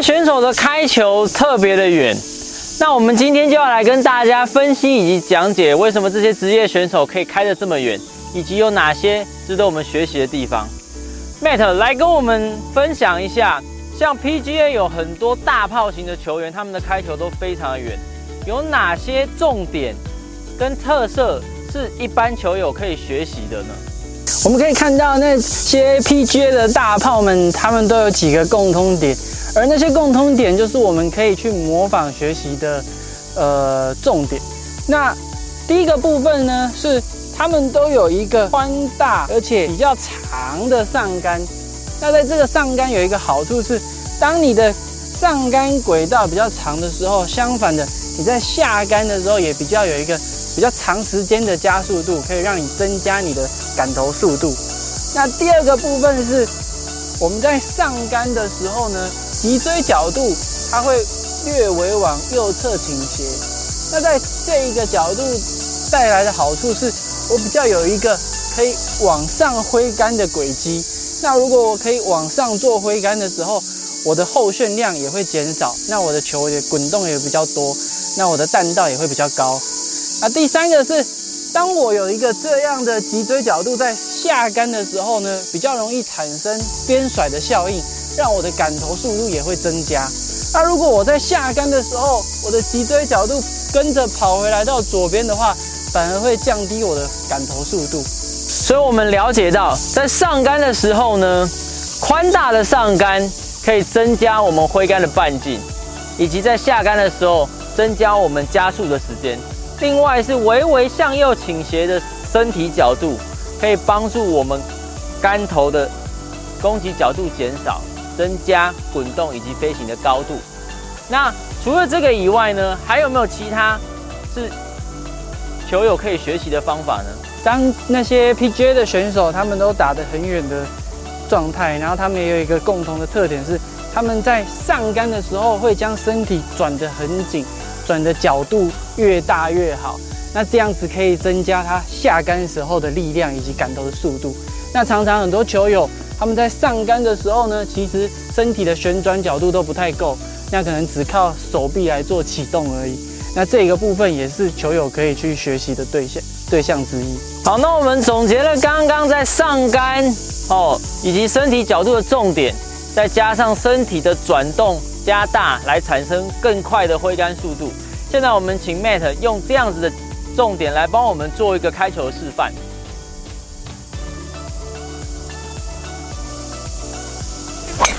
选手的开球特别的远，那我们今天就要来跟大家分析以及讲解为什么这些职业选手可以开得这么远，以及有哪些值得我们学习的地方。Matt 来跟我们分享一下，像 PGA 有很多大炮型的球员，他们的开球都非常的远，有哪些重点跟特色是一般球友可以学习的呢？ 我们可以看到那些 PGA 的大炮们，他们都有几个共通点，而那些共通点就是我们可以去模仿学习的重点。那第一个部分呢，是他们都有一个宽大而且比较长的上杆。那在这个上杆有一个好处是，当你的上杆轨道比较长的时候，相反的，你在下杆的时候也比较有一个比较长时间的加速度，可以让你增加你的杆头速度。那第二个部分是，我们在上杆的时候呢，脊椎角度它会略微往右侧倾斜。那在这一个角度带来的好处是，我比较有一个可以往上挥杆的轨迹。那如果我可以往上做挥杆的时候，我的后旋量也会减少，那我的球也滚动也比较多，那我的弹道也会比较高。那第三个是，当我有一个这样的脊椎角度在下杆的时候呢，比较容易产生边甩的效应，让我的杆头速度也会增加。那如果我在下杆的时候，我的脊椎角度跟着跑回来到左边的话，反而会降低我的杆头速度。 所以我们了解到，在上杆的时候呢，宽大的上杆可以增加我们挥杆的半径，以及在下杆的时候增加我们加速的时间。另外是微微向右倾斜的身体角度，可以帮助我们杆头的攻击角度减少，增加滚动以及飞行的高度。那除了这个以外呢，还有没有其他是球友可以学习的方法呢？ 当那些 PGA 的选手他们都打得很远的状态，然后他们也有一个共同的特点是，他们在上杆的时候会将身体转得很紧，转的角度越大越好。那这样子可以增加他下杆时候的力量以及杆头的速度。那常常很多球友他们在上杆的时候呢，其实身体的旋转角度都不太够，那可能只靠手臂来做启动而已。那这个部分也是球友可以去学习的对象之一。 好，那我们总结了刚刚在上杆以及身体角度的重点，再加上身体的转动加大，来产生更快的挥杆速度。现在我们请 Matt 用这样子的重点来帮我们做一个开球的示范。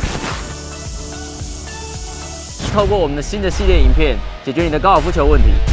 透过我们的新的系列影片，解决你的高尔夫球问题。